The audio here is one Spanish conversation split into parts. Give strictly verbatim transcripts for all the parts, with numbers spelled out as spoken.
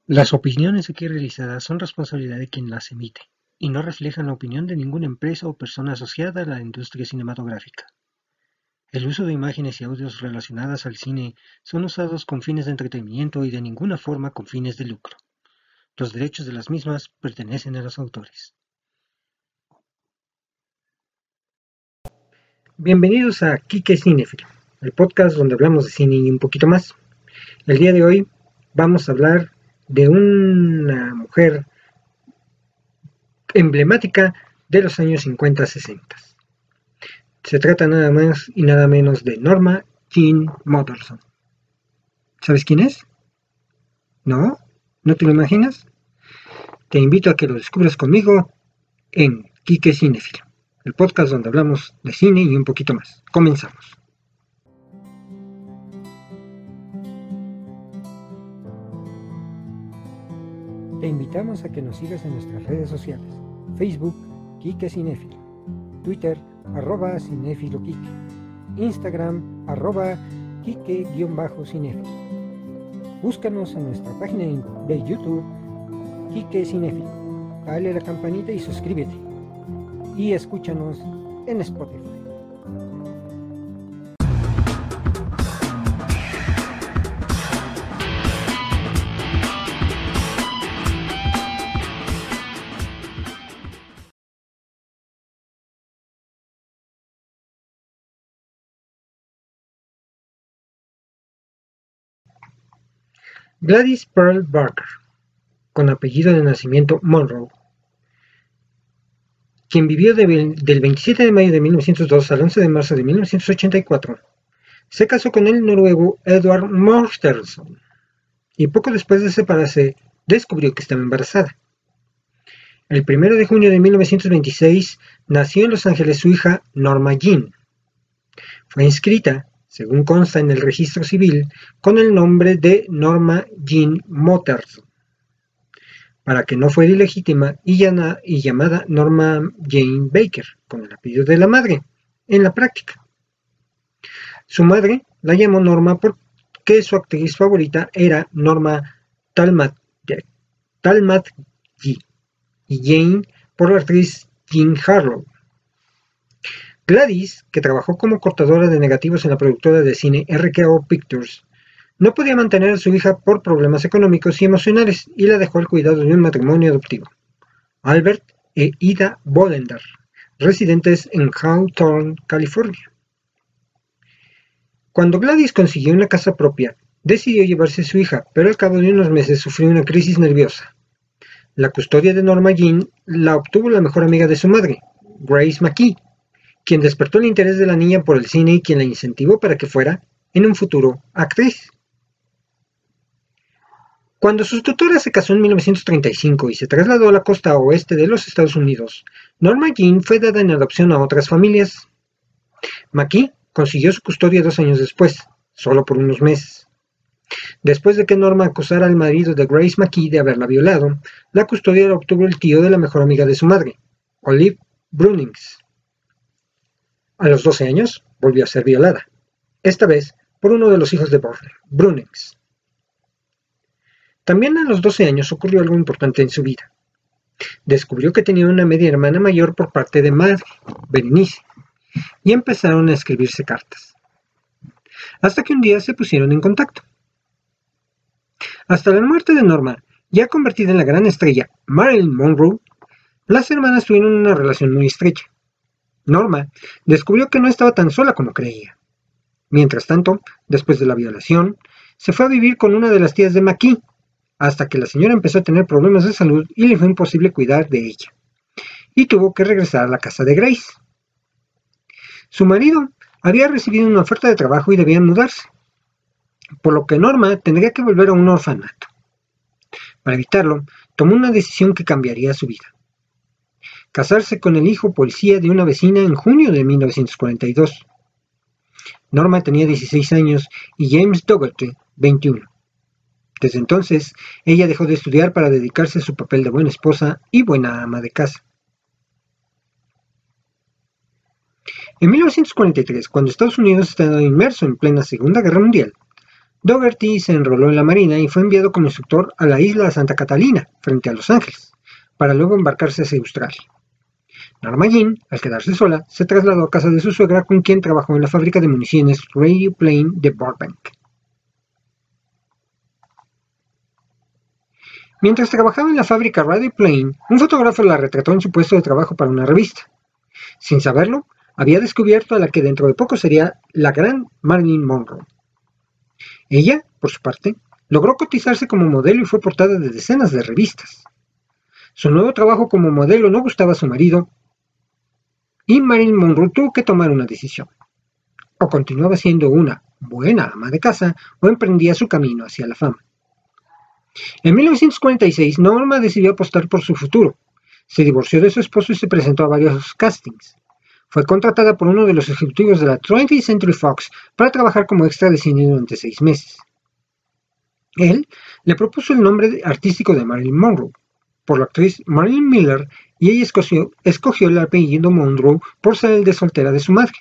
Las opiniones aquí realizadas son responsabilidad de quien las emite, y no reflejan la opinión de ninguna empresa o persona asociada a la industria cinematográfica. El uso de imágenes y audios relacionadas al cine son usados con fines de entretenimiento y de ninguna forma con fines de lucro. Los derechos de las mismas pertenecen a los autores. Bienvenidos a Kike Cinéfilo, el podcast donde hablamos de cine y un poquito más. El día de hoy vamos a hablar de una mujer emblemática de los años cincuenta sesenta. Se trata nada más y nada menos de Norma Jean Motherson. ¿Sabes quién es? ¿No? ¿No te lo imaginas? Te invito a que lo descubras conmigo en Kike Cinéfilo, el podcast donde hablamos de cine y un poquito más. Comenzamos. Te invitamos a que nos sigas en nuestras redes sociales: Facebook, Kike Cinéfilo, Twitter, arroba Cinéfilo Kike, Instagram, arroba Kike-Cinéfilo. Búscanos en nuestra página de YouTube, Kike Cinéfilo. Dale a la campanita y suscríbete. Y escúchanos en Spotify. Gladys Pearl Barker, con apellido de nacimiento Monroe, quien vivió de, del veintisiete de mayo de mil novecientos dos al once de marzo de mil novecientos ochenta y cuatro, se casó con el noruego Edvard Mortensen y poco después de separarse descubrió que estaba embarazada. El primero de junio de mil novecientos veintiséis nació en Los Ángeles su hija Norma Jean. Fue inscrita, según consta en el registro civil, con el nombre de Norma Jean Motherson, para que no fuera ilegítima y, llana, y llamada Norma Jane Baker, con el apellido de la madre, en la práctica. Su madre la llamó Norma porque su actriz favorita era Norma Talmadge, y Jane por la actriz Jean Harlow. Gladys, que trabajó como cortadora de negativos en la productora de cine R K O Pictures, no podía mantener a su hija por problemas económicos y emocionales y la dejó al cuidado de un matrimonio adoptivo, Albert e Ida Bolender, residentes en Hawthorne, California. Cuando Gladys consiguió una casa propia, decidió llevarse a su hija, pero al cabo de unos meses sufrió una crisis nerviosa. La custodia de Norma Jean la obtuvo la mejor amiga de su madre, Grace McKee, quien despertó el interés de la niña por el cine y quien la incentivó para que fuera, en un futuro, actriz. Cuando su tutora se casó en mil novecientos treinta y cinco y se trasladó a la costa oeste de los Estados Unidos, Norma Jean fue dada en adopción a otras familias. McKee consiguió su custodia dos años después, solo por unos meses. Después de que Norma acusara al marido de Grace McKee de haberla violado, la custodia la obtuvo el tío de la mejor amiga de su madre, Olive Brunings. A los doce años volvió a ser violada, esta vez por uno de los hijos de Brunings. También a los doce años ocurrió algo importante en su vida. Descubrió que tenía una media hermana mayor por parte de madre, Berenice, y empezaron a escribirse cartas. Hasta que un día se pusieron en contacto. Hasta la muerte de Norma, ya convertida en la gran estrella Marilyn Monroe, las hermanas tuvieron una relación muy estrecha. Norma descubrió que no estaba tan sola como creía. Mientras tanto, después de la violación, se fue a vivir con una de las tías de McKee, hasta que la señora empezó a tener problemas de salud y le fue imposible cuidar de ella, y tuvo que regresar a la casa de Grace. Su marido había recibido una oferta de trabajo y debía mudarse, por lo que Norma tendría que volver a un orfanato. Para evitarlo, tomó una decisión que cambiaría su vida: casarse con el hijo policía de una vecina en junio de mil novecientos cuarenta y dos. Norma tenía dieciséis años y James Dougherty veintiuno. Desde entonces, ella dejó de estudiar para dedicarse a su papel de buena esposa y buena ama de casa. En mil novecientos cuarenta y tres, cuando Estados Unidos estaba inmerso en plena Segunda Guerra Mundial, Dougherty se enroló en la Marina y fue enviado como instructor a la isla de Santa Catalina, frente a Los Ángeles, para luego embarcarse hacia Australia. Norma Jean, al quedarse sola, se trasladó a casa de su suegra, con quien trabajó en la fábrica de municiones Radio Plane de Burbank. Mientras trabajaba en la fábrica Radio Plane, un fotógrafo la retrató en su puesto de trabajo para una revista. Sin saberlo, había descubierto a la que dentro de poco sería la gran Marilyn Monroe. Ella, por su parte, logró cotizarse como modelo y fue portada de decenas de revistas. Su nuevo trabajo como modelo no gustaba a su marido, y Marilyn Monroe tuvo que tomar una decisión. O continuaba siendo una buena ama de casa, o emprendía su camino hacia la fama. En mil novecientos cuarenta y seis, Norma decidió apostar por su futuro. Se divorció de su esposo y se presentó a varios castings. Fue contratada por uno de los ejecutivos de la twentieth Century Fox para trabajar como extra de cine durante seis meses. Él le propuso el nombre artístico de Marilyn Monroe, por la actriz Marilyn Miller, y ella escogió, escogió el apellido Monroe por ser el de soltera de su madre.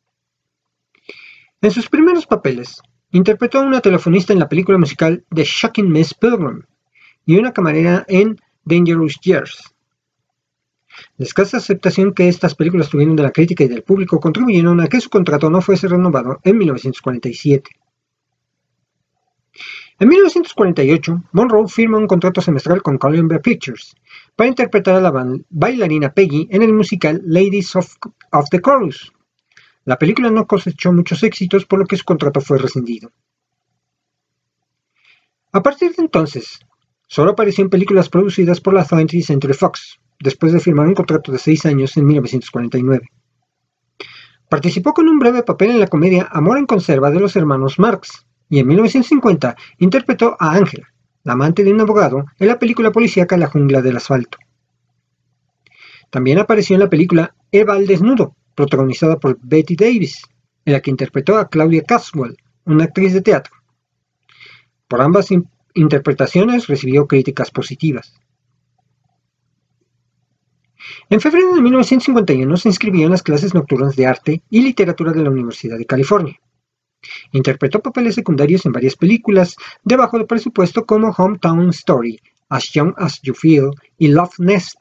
En sus primeros papeles, interpretó a una telefonista en la película musical The Shocking Miss Pilgrim y una camarera en Dangerous Years. La escasa aceptación que estas películas tuvieron de la crítica y del público contribuyeron a que su contrato no fuese renovado en mil novecientos cuarenta y siete. En mil novecientos cuarenta y ocho, Monroe firma un contrato semestral con Columbia Pictures para interpretar a la bailarina Peggy en el musical Ladies of, of the Chorus. La película no cosechó muchos éxitos, por lo que su contrato fue rescindido. A partir de entonces, solo apareció en películas producidas por la twentieth Century Fox, después de firmar un contrato de seis años en mil novecientos cuarenta y nueve. Participó con un breve papel en la comedia Amor en conserva de los hermanos Marx, y en mil novecientos cincuenta interpretó a Ángela, la amante de un abogado, en la película policíaca La jungla del asfalto. También apareció en la película Eva al desnudo, protagonizada por Bette Davis, en la que interpretó a Claudia Caswell, una actriz de teatro. Por ambas in- interpretaciones recibió críticas positivas. En febrero de mil novecientos cincuenta y uno se inscribió en las clases nocturnas de arte y literatura de la Universidad de California. Interpretó papeles secundarios en varias películas de bajo presupuesto como Hometown Story, As Young as You Feel y Love Nest.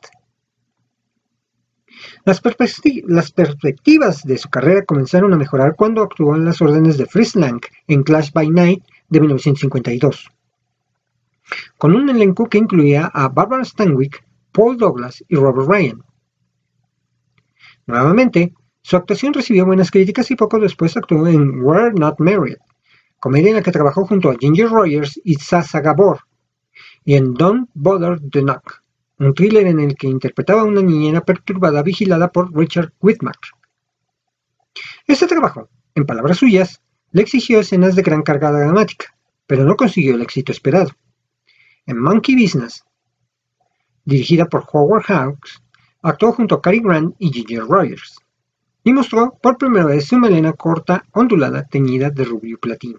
Las, las perspectivas de su carrera comenzaron a mejorar cuando actuó en las órdenes de Fritz Lang en Clash by Night de mil novecientos cincuenta y dos, con un elenco que incluía a Barbara Stanwyck, Paul Douglas y Robert Ryan. Nuevamente, su actuación recibió buenas críticas y poco después actuó en We're Not Married, comedia en la que trabajó junto a Ginger Rogers y Sacha Gabor, y en Don't Bother the Knock, un thriller en el que interpretaba a una niñera perturbada vigilada por Richard Widmark. Este trabajo, en palabras suyas, le exigió escenas de gran carga dramática, pero no consiguió el éxito esperado. En Monkey Business, dirigida por Howard Hawks, actuó junto a Cary Grant y Ginger Rogers, y mostró por primera vez su melena corta, ondulada, teñida de rubio platino.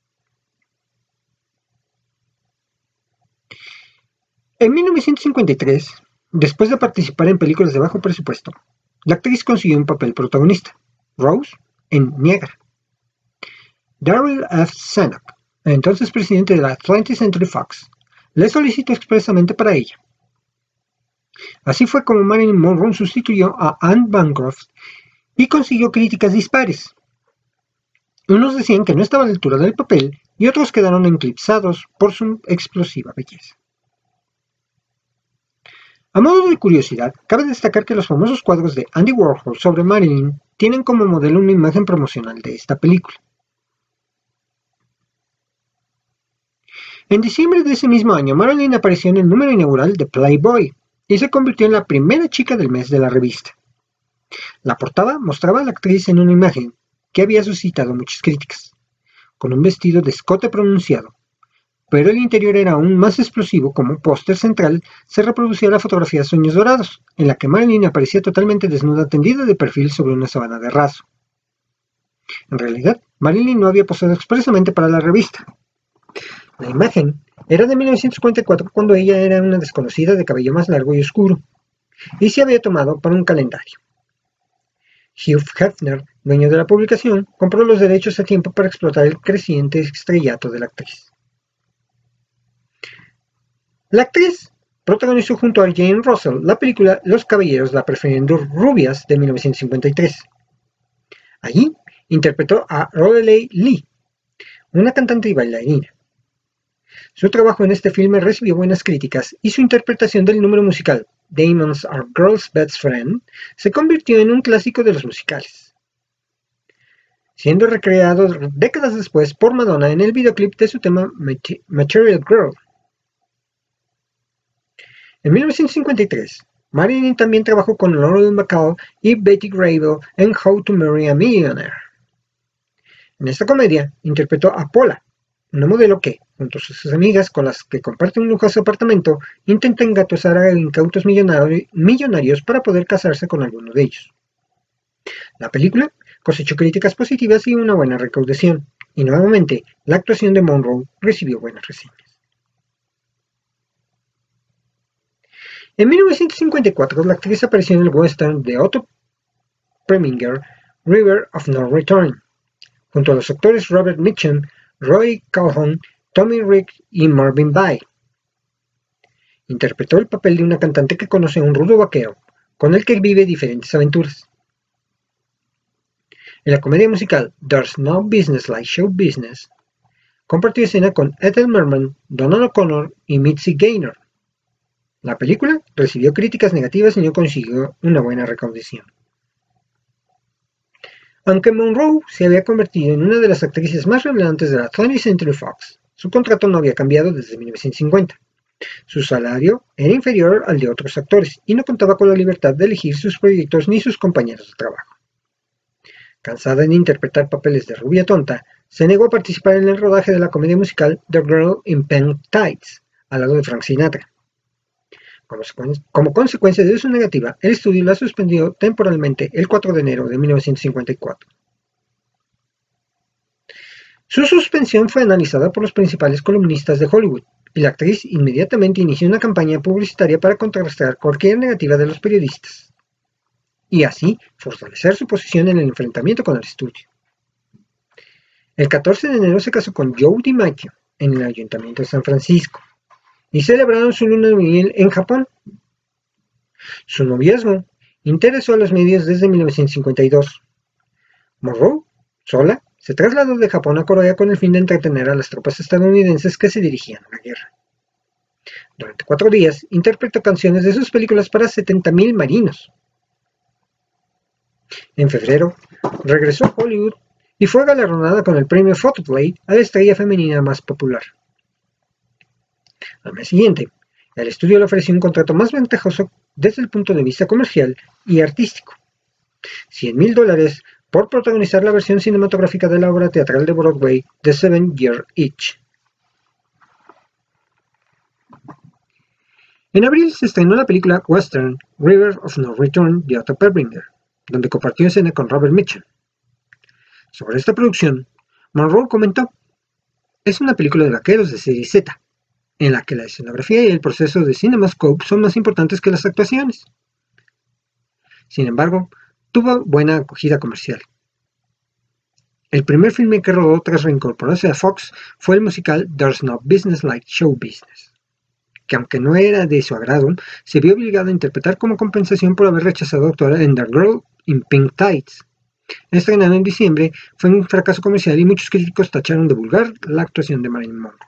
En mil novecientos cincuenta y tres, después de participar en películas de bajo presupuesto, la actriz consiguió un papel protagonista, Rose, en Niagara. Darryl F. Zanuck, entonces presidente de la twentieth Century Fox, le solicitó expresamente para ella. Así fue como Marilyn Monroe sustituyó a Anne Bancroft y consiguió críticas dispares. Unos decían que no estaba a la altura del papel y otros quedaron eclipsados por su explosiva belleza. A modo de curiosidad, cabe destacar que los famosos cuadros de Andy Warhol sobre Marilyn tienen como modelo una imagen promocional de esta película. En diciembre de ese mismo año, Marilyn apareció en el número inaugural de Playboy y se convirtió en la primera chica del mes de la revista. La portada mostraba a la actriz en una imagen que había suscitado muchas críticas, con un vestido de escote pronunciado, pero el interior era aún más explosivo. Como póster central se reproducía la fotografía Sueños Dorados, en la que Marilyn aparecía totalmente desnuda, tendida de perfil sobre una sábana de raso. En realidad, Marilyn no había posado expresamente para la revista. La imagen era de mil novecientos cuarenta y cuatro, cuando ella era una desconocida de cabello más largo y oscuro, y se había tomado para un calendario. Hugh Hefner dueño de la publicación, compró los derechos a tiempo para explotar el creciente estrellato de la actriz. La actriz protagonizó junto a Jane Russell la película Los caballeros la prefieren rubias de mil novecientos cincuenta y tres. Allí interpretó a Rosalie Lee, una cantante y bailarina. Su trabajo en este filme recibió buenas críticas y su interpretación del número musical Damon's Our Girl's Best Friend se convirtió en un clásico de los musicales, siendo recreado décadas después por Madonna en el videoclip de su tema Material Girl. En mil novecientos cincuenta y tres, Marilyn también trabajó con Laurel McCall y Betty Grable en How to Marry a Millionaire. En esta comedia interpretó a Paula, una modelo que, junto a sus amigas con las que comparte un lujoso apartamento, intenta engatusar a incautos millonarios para poder casarse con alguno de ellos. La película cosechó críticas positivas y una buena recaudación, y nuevamente la actuación de Monroe recibió buenas reseñas. En mil novecientos cincuenta y cuatro, la actriz apareció en el western de Otto Preminger, River of No Return, junto a los actores Robert Mitchum, Roy Calhoun, Tommy Rick y Marvin Bay. Interpretó el papel de una cantante que conoce a un rudo vaquero, con el que vive diferentes aventuras. En la comedia musical There's No Business Like Show Business, compartió escena con Ethel Merman, Donald O'Connor y Mitzi Gaynor. La película recibió críticas negativas y no consiguió una buena recaudación. Aunque Monroe se había convertido en una de las actrices más relevantes de la twentieth Century Fox, su contrato no había cambiado desde mil novecientos cincuenta. Su salario era inferior al de otros actores y no contaba con la libertad de elegir sus proyectos ni sus compañeros de trabajo. Cansada de interpretar papeles de rubia tonta, se negó a participar en el rodaje de la comedia musical The Girl in Pink Tights, al lado de Frank Sinatra. Como consecuencia de su negativa, el estudio la suspendió temporalmente el cuatro de enero de mil novecientos cincuenta y cuatro. Su suspensión fue analizada por los principales columnistas de Hollywood, y la actriz inmediatamente inició una campaña publicitaria para contrarrestar cualquier negativa de los periodistas, y así fortalecer su posición en el enfrentamiento con el estudio. El catorce de enero se casó con Joe DiMaggio en el Ayuntamiento de San Francisco, y celebraron su luna de miel en Japón. Su noviazgo interesó a los medios desde mil novecientos cincuenta y dos. Monroe, sola, se trasladó de Japón a Corea con el fin de entretener a las tropas estadounidenses que se dirigían a la guerra. Durante cuatro días interpretó canciones de sus películas para setenta mil marinos. En febrero, regresó a Hollywood y fue galardonada con el premio Photoplay a la estrella femenina más popular. Al mes siguiente, el estudio le ofreció un contrato más ventajoso desde el punto de vista comercial y artístico: cien mil dólares por protagonizar la versión cinematográfica de la obra teatral de Broadway The Seven Year Itch. En abril se estrenó la película western River of No Return de Otto Preminger, donde compartió escena con Robert Mitchum. Sobre esta producción, Monroe comentó: "Es una película de vaqueros de serie Z, en la que la escenografía y el proceso de CinemaScope son más importantes que las actuaciones. Sin embargo, tuvo buena acogida comercial". El primer filme que rodó tras reincorporarse a Fox fue el musical There's No Business Like Show Business, que aunque no era de su agrado, se vio obligado a interpretar como compensación por haber rechazado actuar en The Girl in Pink Tights. Estrenado en diciembre, fue un fracaso comercial y muchos críticos tacharon de vulgar la actuación de Marilyn Monroe.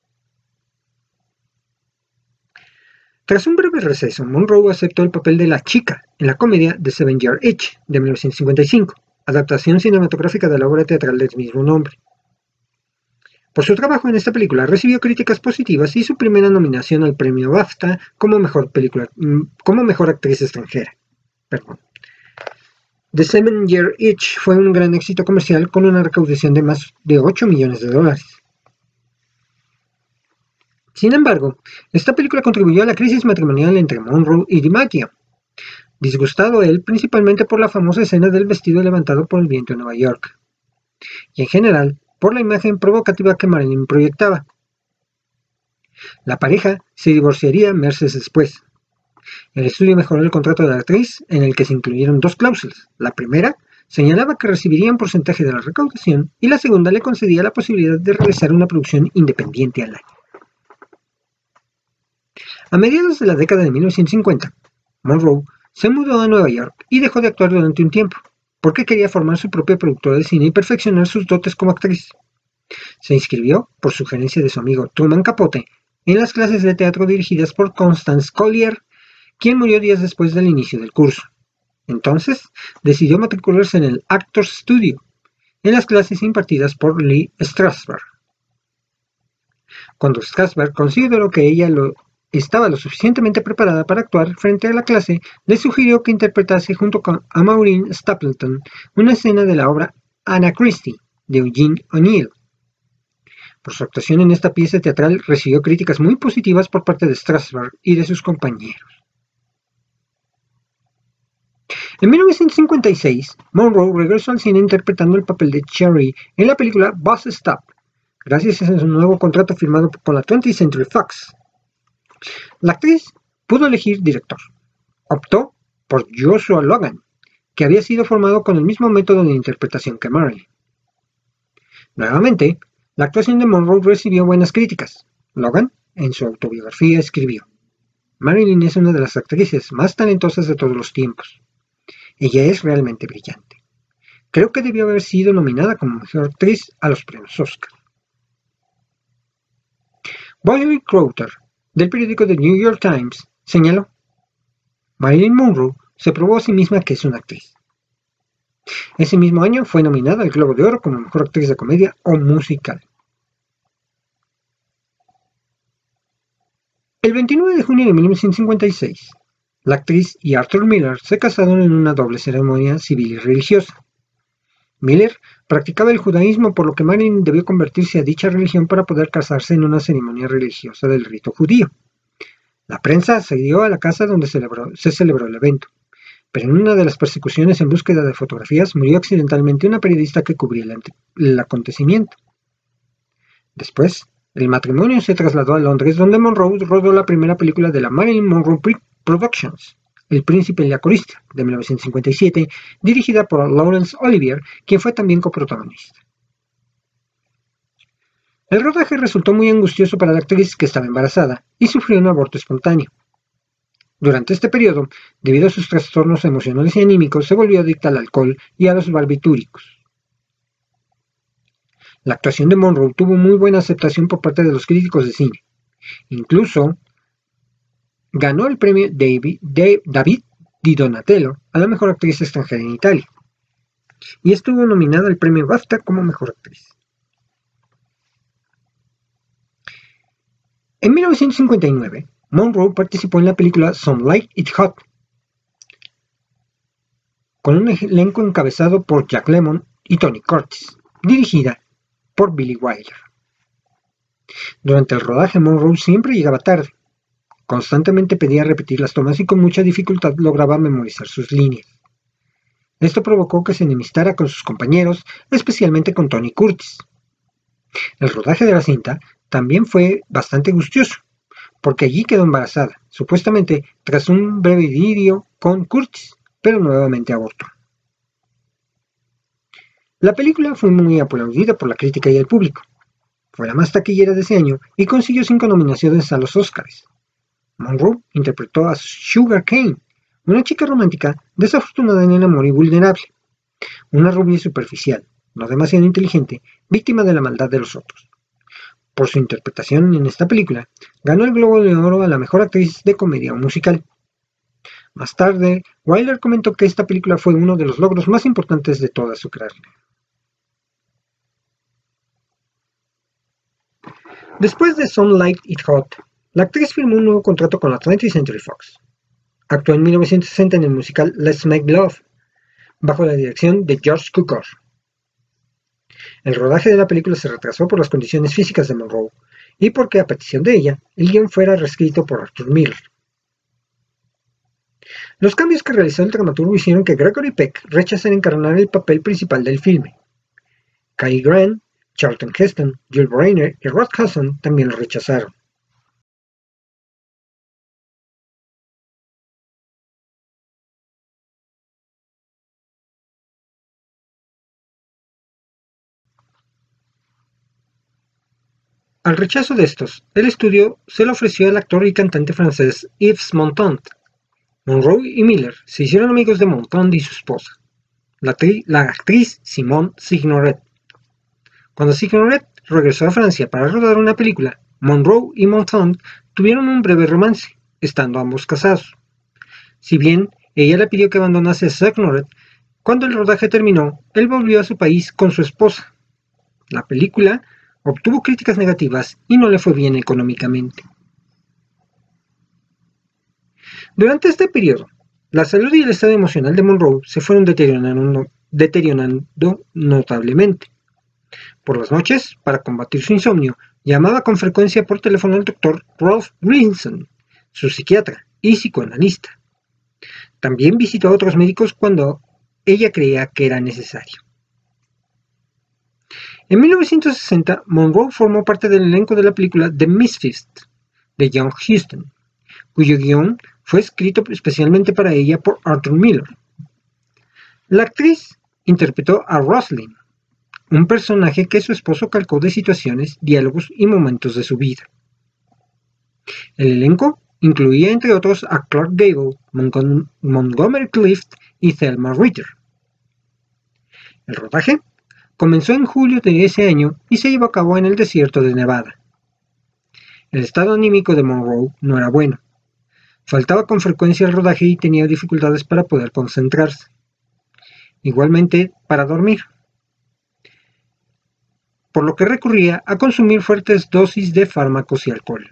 Tras un breve receso, Monroe aceptó el papel de la chica en la comedia The Seven Year Itch de mil novecientos cincuenta y cinco, adaptación cinematográfica de la obra teatral del mismo nombre. Por su trabajo en esta película recibió críticas positivas y su primera nominación al premio BAFTA como mejor, película, como mejor actriz extranjera. Perdón. The Seven Year Itch fue un gran éxito comercial con una recaudación de más de ocho millones de dólares. Sin embargo, esta película contribuyó a la crisis matrimonial entre Monroe y DiMaggio, disgustado él principalmente por la famosa escena del vestido levantado por el viento en Nueva York, y en general por la imagen provocativa que Marilyn proyectaba. La pareja se divorciaría meses después. El estudio mejoró el contrato de la actriz, en el que se incluyeron dos cláusulas. La primera señalaba que recibiría un porcentaje de la recaudación y la segunda le concedía la posibilidad de realizar una producción independiente al año. A mediados de la década de mil novecientos cincuenta, Monroe se mudó a Nueva York y dejó de actuar durante un tiempo, porque quería formar su propia productora de cine y perfeccionar sus dotes como actriz. Se inscribió, por sugerencia de su amigo Truman Capote, en las clases de teatro dirigidas por Constance Collier, quien murió días después del inicio del curso. Entonces, decidió matricularse en el Actors Studio, en las clases impartidas por Lee Strasberg. Cuando Strasberg consideró que ella lo estaba lo suficientemente preparada para actuar frente a la clase, le sugirió que interpretase junto con a Maureen Stapleton una escena de la obra Anna Christie, de Eugene O'Neill. Por su actuación en esta pieza teatral recibió críticas muy positivas por parte de Strasberg y de sus compañeros. En mil novecientos cincuenta y seis, Monroe regresó al cine interpretando el papel de Cherry en la película Bus Stop, gracias a su nuevo contrato firmado con la twentieth Century Fox. La actriz pudo elegir director. Optó por Joshua Logan, que había sido formado con el mismo método de interpretación que Marilyn. Nuevamente, la actuación de Monroe recibió buenas críticas. Logan, en su autobiografía, escribió: Marilyn es una de las actrices más talentosas de todos los tiempos. Ella es realmente brillante. Creo que debió haber sido nominada como mejor actriz a los premios Oscar. Bobby Crowther, del periódico The New York Times, señaló: Marilyn Monroe se probó a sí misma que es una actriz. Ese mismo año fue nominada al Globo de Oro como mejor actriz de comedia o musical. El veintinueve de junio de mil novecientos cincuenta y seis, la actriz y Arthur Miller se casaron en una doble ceremonia civil y religiosa. Miller practicaba el judaísmo, por lo que Marilyn debió convertirse a dicha religión para poder casarse en una ceremonia religiosa del rito judío. La prensa accedió a la casa donde celebró, se celebró el evento, pero en una de las persecuciones en búsqueda de fotografías murió accidentalmente una periodista que cubría el, el acontecimiento. Después, el matrimonio se trasladó a Londres, donde Monroe rodó la primera película de la Marilyn Monroe Productions, El príncipe y la corista, de mil novecientos cincuenta y siete, dirigida por Laurence Olivier, quien fue también coprotagonista. El rodaje resultó muy angustioso para la actriz, que estaba embarazada y sufrió un aborto espontáneo. Durante este periodo, debido a sus trastornos emocionales y anímicos, se volvió adicta al alcohol y a los barbitúricos. La actuación de Monroe tuvo muy buena aceptación por parte de los críticos de cine. Incluso ganó el premio David, David Di Donatello a la mejor actriz extranjera en Italia, y estuvo nominada al premio BAFTA como mejor actriz. En mil novecientos cincuenta y nueve, Monroe participó en la película Some Like It Hot, con un elenco encabezado por Jack Lemmon y Tony Curtis, dirigida por Billy Wilder. Durante el rodaje, Monroe siempre llegaba tarde. Constantemente pedía repetir las tomas y con mucha dificultad lograba memorizar sus líneas. Esto provocó que se enemistara con sus compañeros, especialmente con Tony Curtis. El rodaje de la cinta también fue bastante angustioso, porque allí quedó embarazada, supuestamente tras un breve idilio con Curtis, pero nuevamente abortó. La película fue muy aplaudida por la crítica y el público. Fue la más taquillera de ese año y consiguió cinco nominaciones a los Oscars. Monroe interpretó a Sugar Cane, una chica romántica desafortunada en el amor y vulnerable, una rubia superficial, no demasiado inteligente, víctima de la maldad de los otros. Por su interpretación en esta película, ganó el Globo de Oro a la mejor actriz de comedia o musical. Más tarde, Wilder comentó que esta película fue uno de los logros más importantes de toda su carrera. Después de Some Like It Hot, la actriz firmó un nuevo contrato con la twentieth Century Fox. Actuó en mil novecientos sesenta en el musical Let's Make Love, bajo la dirección de George Cukor. El rodaje de la película se retrasó por las condiciones físicas de Monroe y porque, a petición de ella, el guion fuera reescrito por Arthur Miller. Los cambios que realizó el dramaturgo hicieron que Gregory Peck rechazara encarnar el papel principal del filme. Cary Grant, Charlton Heston, Yul Brynner y Rod Hudson también lo rechazaron. Al rechazo de estos, el estudio se lo ofreció al actor y cantante francés Yves Montand. Monroe y Miller se hicieron amigos de Montand y su esposa, la, la actriz Simone Signoret. Cuando Signoret regresó a Francia para rodar una película, Monroe y Montand tuvieron un breve romance, estando ambos casados. Si bien ella le pidió que abandonase a Signoret, cuando el rodaje terminó, él volvió a su país con su esposa. La película obtuvo críticas negativas y no le fue bien económicamente. Durante este periodo, la salud y el estado emocional de Monroe se fueron deteriorando, deteriorando notablemente. Por las noches, para combatir su insomnio, llamaba con frecuencia por teléfono al doctor Rolf Grinson, su psiquiatra y psicoanalista. También visitó a otros médicos cuando ella creía que era necesario. En mil novecientos sesenta, Monroe formó parte del elenco de la película The Misfits de John Huston, cuyo guión fue escrito especialmente para ella por Arthur Miller. La actriz interpretó a Rosalind, un personaje que su esposo calcó de situaciones, diálogos y momentos de su vida. El elenco incluía entre otros a Clark Gable, Montgom Montgomery Clift y Thelma Ritter. El rodaje comenzó en julio de ese año y se llevó a cabo en el desierto de Nevada. El estado anímico de Monroe no era bueno. Faltaba con frecuencia al rodaje y tenía dificultades para poder concentrarse. Igualmente para dormir, por lo que recurría a consumir fuertes dosis de fármacos y alcohol.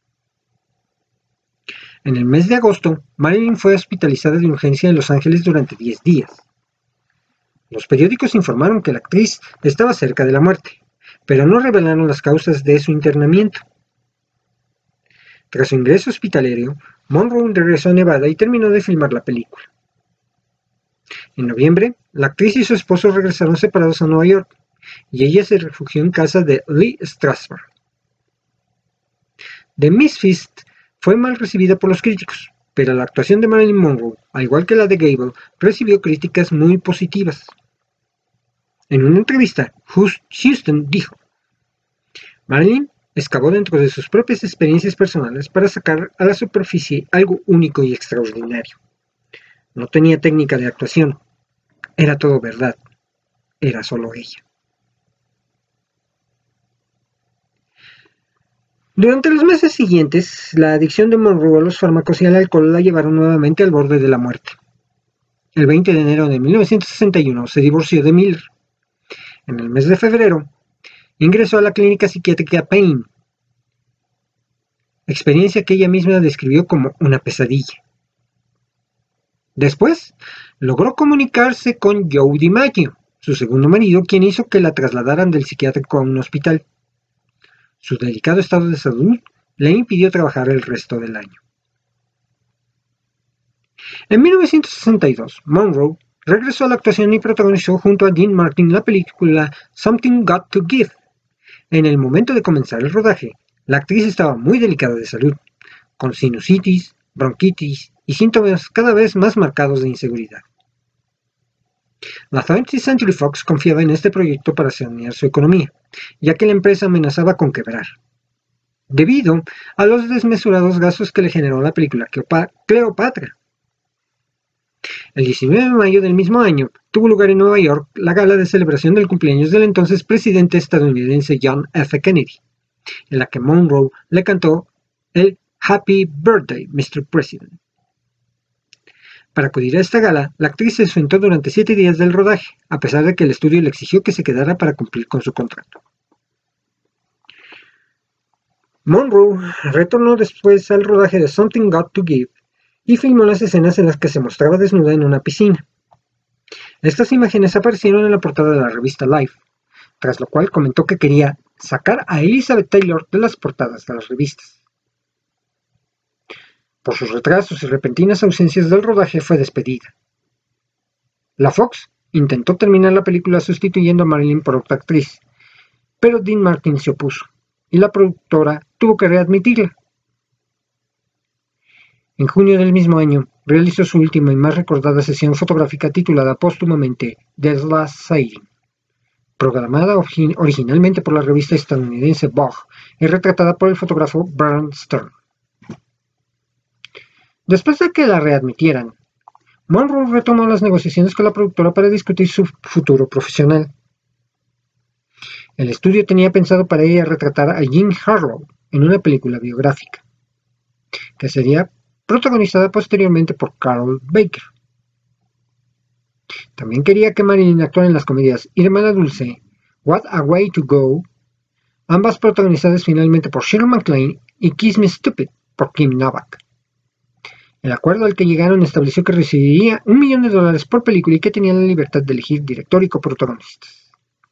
En el mes de agosto, Marilyn fue hospitalizada de urgencia en Los Ángeles durante diez días. Los periódicos informaron que la actriz estaba cerca de la muerte, pero no revelaron las causas de su internamiento. Tras su ingreso hospitalario, Monroe regresó a Nevada y terminó de filmar la película. En noviembre, la actriz y su esposo regresaron separados a Nueva York, y ella se refugió en casa de Lee Strasberg. The Misfits fue mal recibida por los críticos, pero la actuación de Marilyn Monroe, al igual que la de Gable, recibió críticas muy positivas. En una entrevista, Huston dijo: Marilyn excavó dentro de sus propias experiencias personales para sacar a la superficie algo único y extraordinario. No tenía técnica de actuación. Era todo verdad. Era solo ella. Durante los meses siguientes, la adicción de Monroe a los fármacos y al alcohol la llevaron nuevamente al borde de la muerte. El veinte de enero de mil novecientos sesenta y uno se divorció de Miller. En el mes de febrero, ingresó a la clínica psiquiátrica Payne, experiencia que ella misma describió como una pesadilla. Después, logró comunicarse con Joe DiMaggio, su segundo marido, quien hizo que la trasladaran del psiquiátrico a un hospital. Su delicado estado de salud le impidió trabajar el resto del año. En mil novecientos sesenta y dos, Monroe regresó a la actuación y protagonizó junto a Dean Martin la película Something Got to Give. En el momento de comenzar el rodaje, la actriz estaba muy delicada de salud, con sinusitis, bronquitis y síntomas cada vez más marcados de inseguridad. La twentieth Century Fox confiaba en este proyecto para sanear su economía, ya que la empresa amenazaba con quebrar, debido a los desmesurados gastos que le generó la película Cleopatra. El diecinueve de mayo del mismo año tuvo lugar en Nueva York la gala de celebración del cumpleaños del entonces presidente estadounidense John F. Kennedy, en la que Monroe le cantó el Happy Birthday, mister President. Para acudir a esta gala, la actriz se ausentó durante siete días del rodaje, a pesar de que el estudio le exigió que se quedara para cumplir con su contrato. Monroe retornó después al rodaje de Something Got to Give y filmó las escenas en las que se mostraba desnuda en una piscina. Estas imágenes aparecieron en la portada de la revista Life, tras lo cual comentó que quería sacar a Elizabeth Taylor de las portadas de las revistas. Por sus retrasos y repentinas ausencias del rodaje fue despedida. La Fox intentó terminar la película sustituyendo a Marilyn por otra actriz, pero Dean Martin se opuso, y la productora tuvo que readmitirla. En junio del mismo año, realizó su última y más recordada sesión fotográfica titulada póstumamente The Last Sighting, programada originalmente por la revista estadounidense Vogue y retratada por el fotógrafo Bernard Stern. Después de que la readmitieran, Monroe retomó las negociaciones con la productora para discutir su futuro profesional. El estudio tenía pensado para ella retratar a Jean Harlow en una película biográfica, que sería protagonizada posteriormente por Carroll Baker. También quería que Marilyn actuara en las comedias Hermana Dulce, What a Way to Go, ambas protagonizadas finalmente por Shirley MacLaine, y Kiss Me Stupid por Kim Novak. El acuerdo al que llegaron estableció que recibiría un millón de dólares por película y que tenía la libertad de elegir director y coprotagonistas.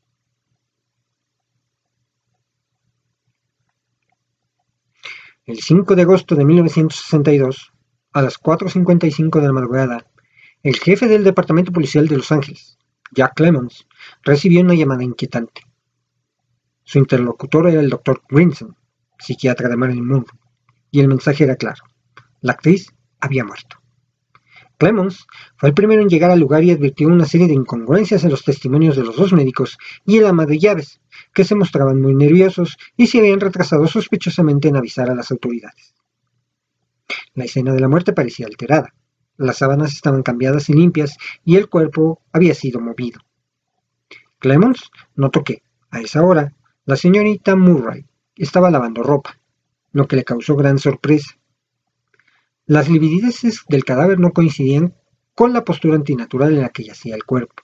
El cinco de agosto de mil novecientos sesenta y dos, a las cuatro cincuenta y cinco de la madrugada, el jefe del Departamento Policial de Los Ángeles, Jack Clemons, recibió una llamada inquietante. Su interlocutor era el doctor Grinson, psiquiatra de Marilyn Monroe, y el mensaje era claro: la actriz había muerto. Clemons fue el primero en llegar al lugar y advirtió una serie de incongruencias en los testimonios de los dos médicos y el ama de llaves, que se mostraban muy nerviosos y se habían retrasado sospechosamente en avisar a las autoridades. La escena de la muerte parecía alterada. Las sábanas estaban cambiadas y limpias y el cuerpo había sido movido. Clemons notó que, a esa hora, la señorita Murray estaba lavando ropa, lo que le causó gran sorpresa. Las lividideces del cadáver no coincidían con la postura antinatural en la que yacía el cuerpo.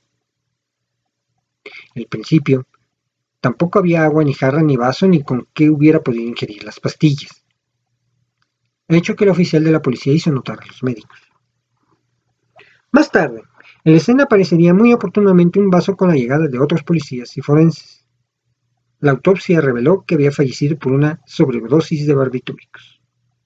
Al principio, tampoco había agua, ni jarra, ni vaso, ni con qué hubiera podido ingerir las pastillas. Hecho que el oficial de la policía hizo notar a los médicos. Más tarde, en la escena aparecería muy oportunamente un vaso con la llegada de otros policías y forenses. La autopsia reveló que había fallecido por una sobredosis de barbitúricos.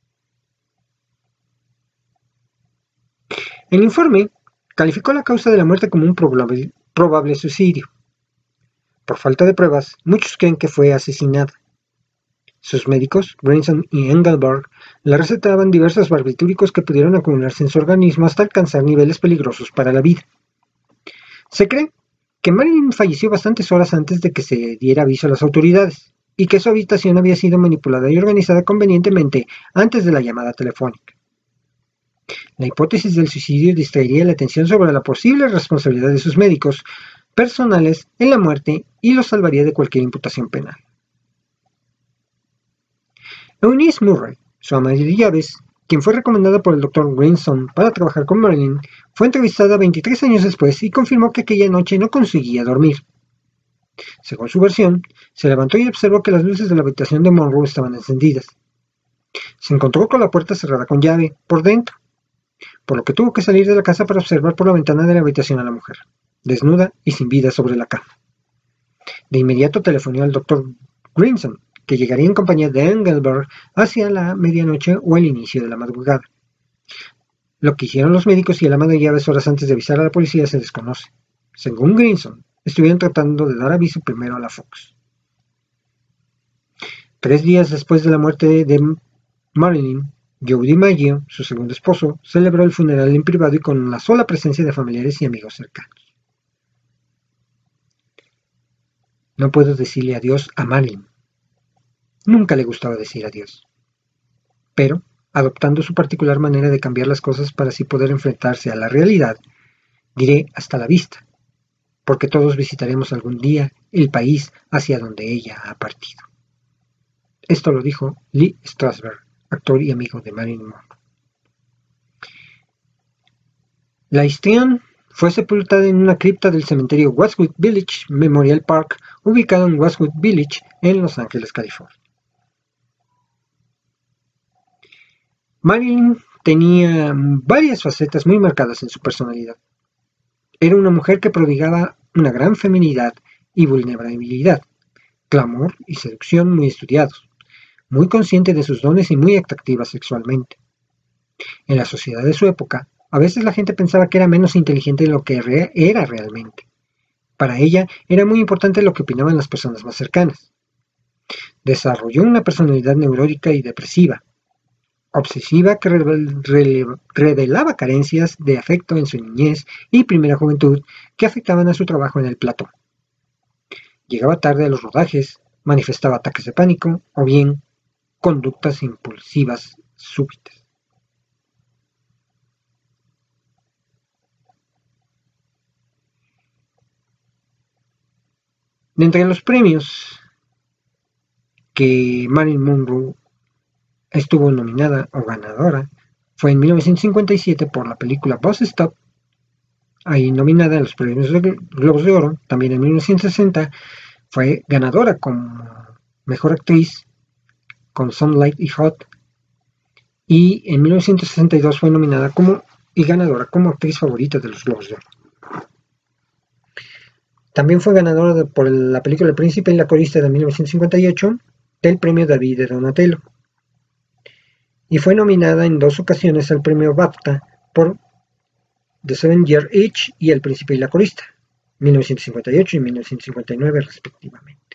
El informe calificó la causa de la muerte como un probable, probable suicidio. Por falta de pruebas, muchos creen que fue asesinada. Sus médicos, Grinson y Engelberg, le recetaban diversos barbitúricos que pudieron acumularse en su organismo hasta alcanzar niveles peligrosos para la vida. Se cree que Marilyn falleció bastantes horas antes de que se diera aviso a las autoridades, y que su habitación había sido manipulada y organizada convenientemente antes de la llamada telefónica. La hipótesis del suicidio distraería la atención sobre la posible responsabilidad de sus médicos personales en la muerte y los salvaría de cualquier imputación penal. Eunice Murray, su ama de llaves, quien fue recomendada por el doctor Grinson para trabajar con Marilyn, fue entrevistada veintitrés años después y confirmó que aquella noche no conseguía dormir. Según su versión, se levantó y observó que las luces de la habitación de Monroe estaban encendidas. Se encontró con la puerta cerrada con llave por dentro, por lo que tuvo que salir de la casa para observar por la ventana de la habitación a la mujer, desnuda y sin vida sobre la cama. De inmediato telefonó al doctor Grinson, que llegaría en compañía de Engelberg hacia la medianoche o el inicio de la madrugada. Lo que hicieron los médicos y el ama de llaves horas antes de avisar a la policía se desconoce. Según Grinson, estuvieron tratando de dar aviso primero a la Fox. Tres días después de la muerte de Marilyn, Joe DiMaggio, su segundo esposo, celebró el funeral en privado y con la sola presencia de familiares y amigos cercanos. No puedo decirle adiós a Marilyn. Nunca le gustaba decir adiós. Pero, adoptando su particular manera de cambiar las cosas para así poder enfrentarse a la realidad, diré hasta la vista, porque todos visitaremos algún día el país hacia donde ella ha partido. Esto lo dijo Lee Strasberg, actor y amigo de Marilyn Monroe. La histrión fue sepultada en una cripta del cementerio Westwood Village Memorial Park, ubicado en Westwood Village, en Los Ángeles, California. Marilyn tenía varias facetas muy marcadas en su personalidad. Era una mujer que prodigaba una gran feminidad y vulnerabilidad, clamor y seducción muy estudiados, muy consciente de sus dones y muy atractiva sexualmente. En la sociedad de su época, a veces la gente pensaba que era menos inteligente de lo que re- era realmente. Para ella era muy importante lo que opinaban las personas más cercanas. Desarrolló una personalidad neurótica y depresiva, obsesiva que revelaba carencias de afecto en su niñez y primera juventud que afectaban a su trabajo en el plató. llegaba tarde a los rodajes, manifestaba ataques de pánico o bien conductas impulsivas súbitas. De entre los premios que Marilyn Monroe estuvo nominada o ganadora fue en mil novecientos cincuenta y siete por la película Bus Stop, ahí nominada en los premios Globos de Oro. También en mil novecientos sesenta fue ganadora como mejor actriz con Some Light y Hot, y en mil novecientos sesenta y dos fue nominada como y ganadora como actriz favorita de los Globos de Oro. También fue ganadora de, por la película El Príncipe y la Corista de mil novecientos cincuenta y ocho del premio David de Donatello, y fue nominada en dos ocasiones al premio BAFTA por The Seven Year Itch y El Príncipe y la Corista, mil novecientos cincuenta y ocho y mil novecientos cincuenta y nueve respectivamente.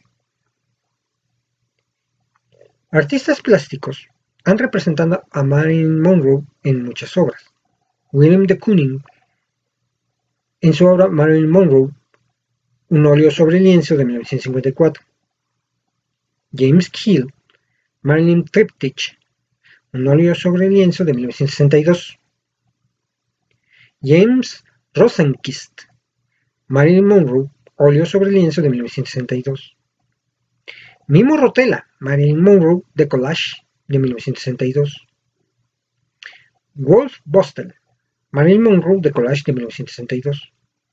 Artistas plásticos han representado a Marilyn Monroe en muchas obras. William de Kooning, en su obra Marilyn Monroe, un óleo sobre lienzo de mil novecientos cincuenta y cuatro. James Keel, Marilyn Triptych, un óleo sobre lienzo de mil novecientos sesenta y dos. James Rosenquist, Marilyn Monroe, óleo sobre lienzo de mil novecientos sesenta y dos. Mimo Rotella, Marilyn Monroe, de Collage, de mil novecientos sesenta y dos. Wolf Bostel, Marilyn Monroe, de Collage, de mil novecientos sesenta y dos.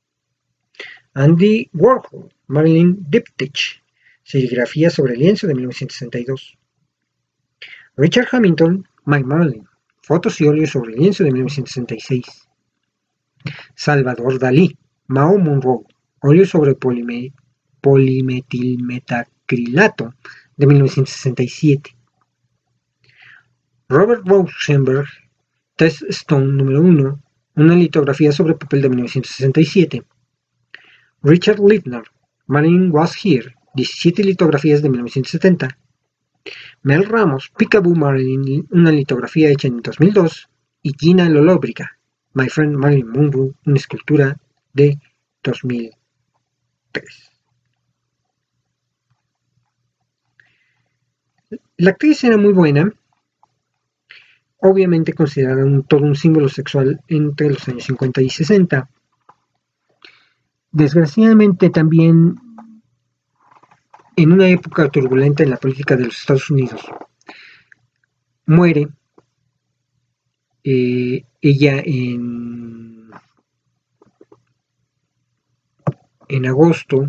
Andy Warhol, Marilyn Diptych, serigrafía sobre lienzo de mil novecientos sesenta y dos. Richard Hamilton, My Marilyn, fotos y óleos sobre lienzo de mil novecientos sesenta y seis. Salvador Dalí, Mao Monroe, óleo sobre polime, polimetilmetacrilato de mil novecientos sesenta y siete. Robert Rauschenberg, Test Stone número uno, una litografía sobre papel de mil novecientos sesenta y siete. Richard Littner, Marilyn Was Here, diecisiete litografías de mil novecientos setenta. Mel Ramos, Peekaboo Marilyn, una litografía hecha en dos mil dos. Y Gina Lollobrigida, My Friend Marilyn Monroe, una escultura de dos mil tres. La actriz era muy buena, obviamente considerada un, todo un símbolo sexual entre los años cincuenta y sesenta. Desgraciadamente también en una época turbulenta en la política de los Estados Unidos, muere eh, ella en, en agosto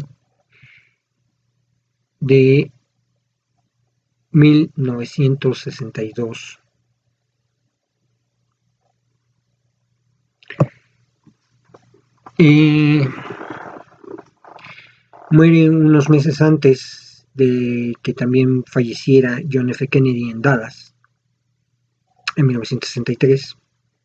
de mil novecientos sesenta y dos. Eh, muere unos meses antes de que también falleciera John F. Kennedy en Dallas, en mil novecientos sesenta y tres.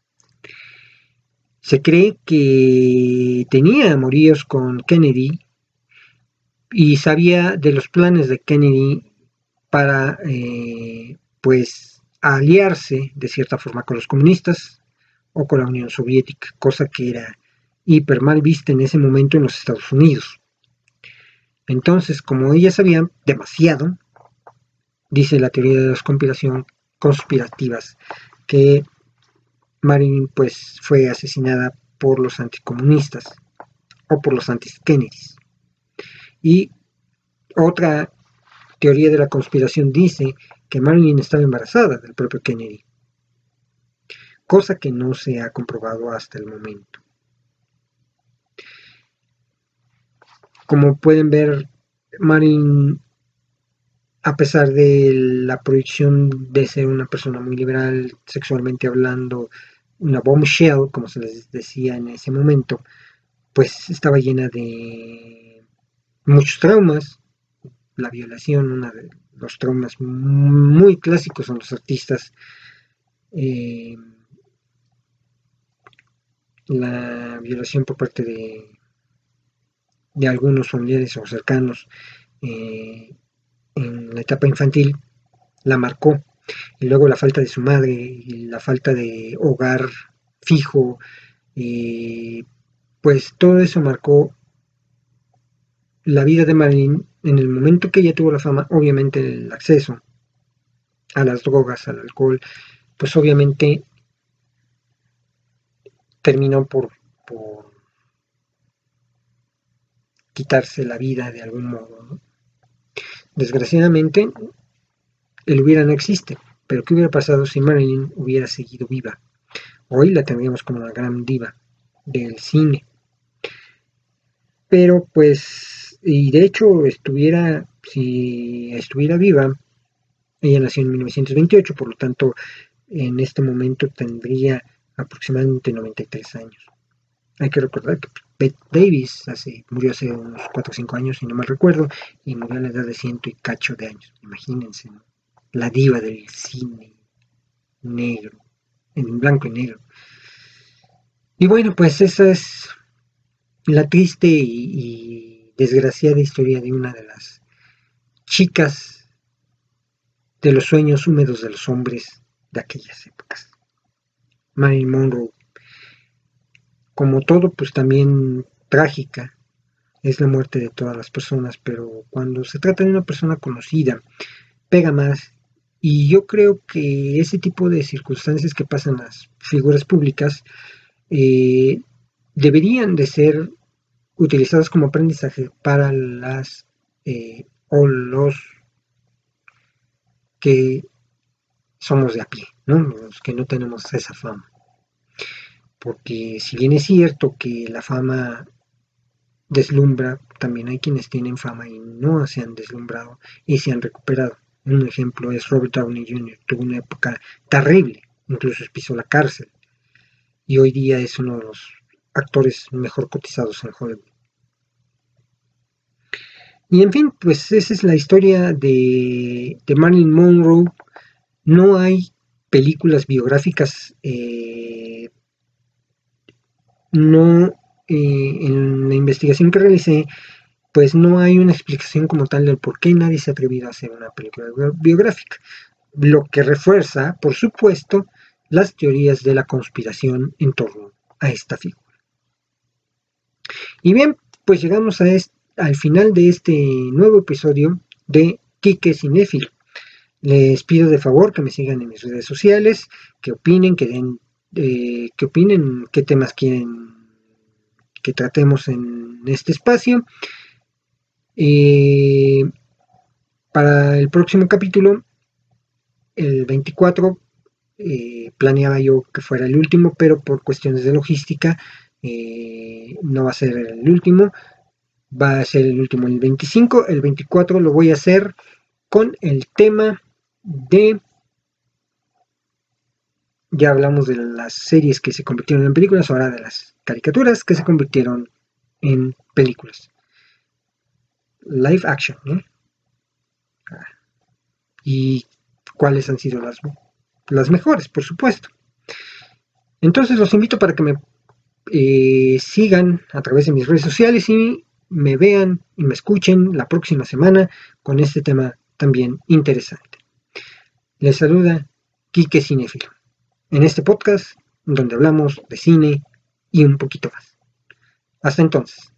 Se cree que tenía amoríos con Kennedy y sabía de los planes de Kennedy para eh, pues aliarse de cierta forma con los comunistas o con la Unión Soviética, cosa que era hiper mal vista en ese momento en los Estados Unidos. Entonces, como ella sabía demasiado, dice la teoría de las conspiración, conspirativas, que Marilyn pues fue asesinada por los anticomunistas o por los anti-Kennedys. Y otra teoría de la conspiración dice que Marilyn estaba embarazada del propio Kennedy, cosa que no se ha comprobado hasta el momento. Como pueden ver, Marilyn, a pesar de la proyección de ser una persona muy liberal sexualmente hablando, una bombshell, como se les decía en ese momento, pues estaba llena de muchos traumas. La violación, uno de los traumas muy clásicos en los artistas, eh, la violación por parte de, de algunos familiares o cercanos eh, en la etapa infantil la marcó, y luego la falta de su madre y la falta de hogar fijo, eh, pues todo eso marcó la vida de Marilyn en el momento que ella tuvo la fama, obviamente el acceso a las drogas, al alcohol, pues obviamente terminó por, por quitarse la vida de algún modo, ¿no? Desgraciadamente, el hubiera no existe, pero ¿qué hubiera pasado si Marilyn hubiera seguido viva? Hoy la tendríamos como la gran diva del cine. Pero pues, y de hecho estuviera, si estuviera viva, ella nació en mil novecientos veintiocho, por lo tanto en este momento tendría aproximadamente noventa y tres años. Hay que recordar que Bette Davis hace, murió hace unos cuatro o cinco años, si no mal recuerdo, y murió a la edad de ciento y cacho de años. Imagínense, ¿no? La diva del cine negro, en blanco y negro. Y bueno, pues esa es la triste y, y desgraciada historia de una de las chicas de los sueños húmedos de los hombres de aquellas épocas. Marilyn Monroe, como todo, pues también trágica, es la muerte de todas las personas, pero cuando se trata de una persona conocida, pega más. Y yo creo que ese tipo de circunstancias que pasan las figuras públicas eh, deberían de ser utilizadas como aprendizaje para las eh, o los que somos de a pie, ¿no? Los que no tenemos esa fama. Porque si bien es cierto que la fama deslumbra, también hay quienes tienen fama y no se han deslumbrado y se han recuperado. Un ejemplo es Robert Downey junior Tuvo una época terrible, incluso pisó la cárcel y hoy día es uno de los actores mejor cotizados en Hollywood. Y en fin, pues esa es la historia de, de Marilyn Monroe. No hay películas biográficas, eh, no eh, en la investigación que realicé, pues no hay una explicación como tal del por qué nadie se ha atrevido a hacer una película biográfica, lo que refuerza, por supuesto, las teorías de la conspiración en torno a esta figura. Y bien, pues llegamos a este, al final de este nuevo episodio de Quique Cinéfilo. Les pido de favor que me sigan en mis redes sociales, que opinen, que den, eh, que opinen qué temas quieren que tratemos en este espacio. Eh, para el próximo capítulo, el veinticuatro, eh, planeaba yo que fuera el último, pero por cuestiones de logística eh, no va a ser el último, va a ser el último el veinticinco. El veinticuatro lo voy a hacer con el tema de, ya hablamos de las series que se convirtieron en películas, ahora de las caricaturas que se convirtieron en películas. Live action, ¿no? Y cuáles han sido las, las mejores, por supuesto. Entonces los invito para que me eh, sigan a través de mis redes sociales y me vean y me escuchen la próxima semana con este tema también interesante. Les saluda Quique Cinéfilo, en este podcast donde hablamos de cine y un poquito más. Hasta entonces.